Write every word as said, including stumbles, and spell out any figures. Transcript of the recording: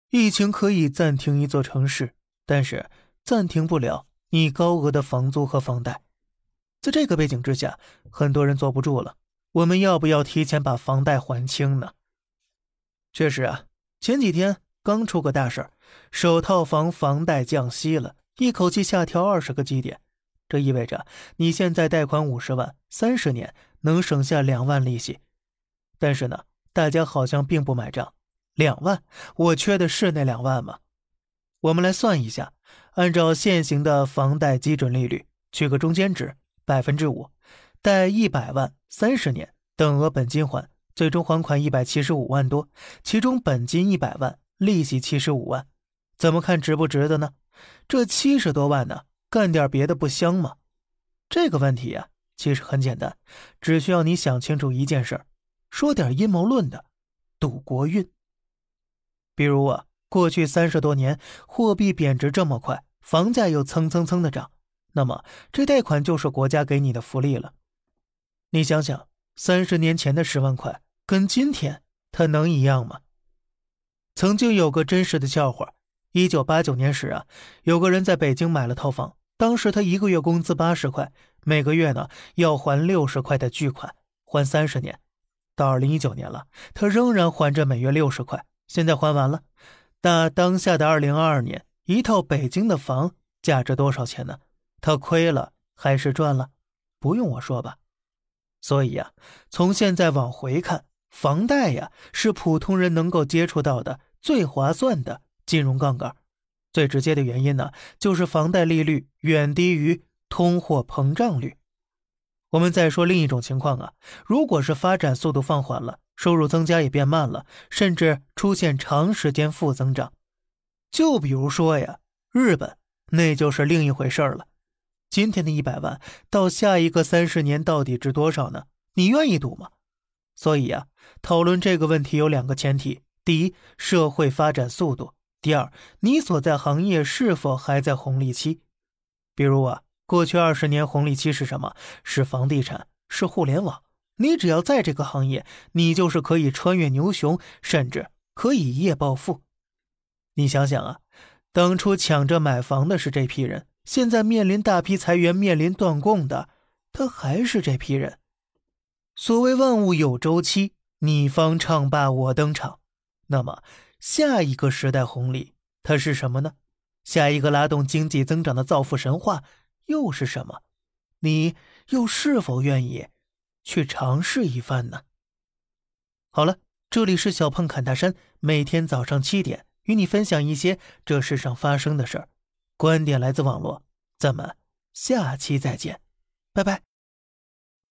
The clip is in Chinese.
疫情可以暂停一座城市，但是暂停不了你高额的房租和房贷。在这个背景之下，很多人坐不住了，我们要不要提前把房贷还清呢？确实啊，前几天刚出个大事儿，首套房房贷降息了，一口气下调二十个基点。这意味着你现在贷款五十万，三十年能省下两万利息。但是呢，大家好像并不买账。两万，我缺的是那两万吗？我们来算一下，按照现行的房贷基准利率，取个中间值百分之五，贷一百万，三十年，等额本金还，最终还款一百七十五万多，其中本金一百万，利息七十五万，怎么看值不值得呢？这七十多万呢，干点别的不香吗？这个问题啊，其实很简单，只需要你想清楚一件事儿，说点阴谋论的，赌国运。比如啊，过去三十多年货币贬值这么快，房价又蹭蹭蹭的涨，那么这贷款就是国家给你的福利了。你想想，三十年前的十万块跟今天它能一样吗？曾经有个真实的笑话，一九八九年时啊，有个人在北京买了套房，当时他一个月工资八十块，每个月呢要还六十块的巨款，还三十年。到二零一九年了，他仍然还着每月六十块。现在还完了，那当下的二零二二年，一套北京的房价值多少钱呢？他亏了还是赚了？不用我说吧。所以呀，从现在往回看，房贷呀是普通人能够接触到的最划算的金融杠杆。最直接的原因呢，就是房贷利率远低于通货膨胀率。我们再说另一种情况啊，如果是发展速度放缓了，收入增加也变慢了，甚至出现长时间负增长。就比如说呀，日本，那就是另一回事了。今天的一百万，到下一个三十年到底值多少呢？你愿意赌吗？所以啊，讨论这个问题有两个前提：第一，社会发展速度；第二，你所在行业是否还在红利期。比如啊，过去二十年红利期是什么？是房地产，是互联网。你只要在这个行业，你就是可以穿越牛熊，甚至可以一夜暴富。你想想啊，当初抢着买房的是这批人，现在面临大批裁员，面临断供的，他还是这批人。所谓万物有周期，你方唱罢我登场。那么下一个时代红利它是什么呢？下一个拉动经济增长的造富神话又是什么？你又是否愿意去尝试一番呢？好了，这里是小胖侃大山，每天早上七点与你分享一些这世上发生的事儿，观点来自网络，咱们下期再见，拜拜。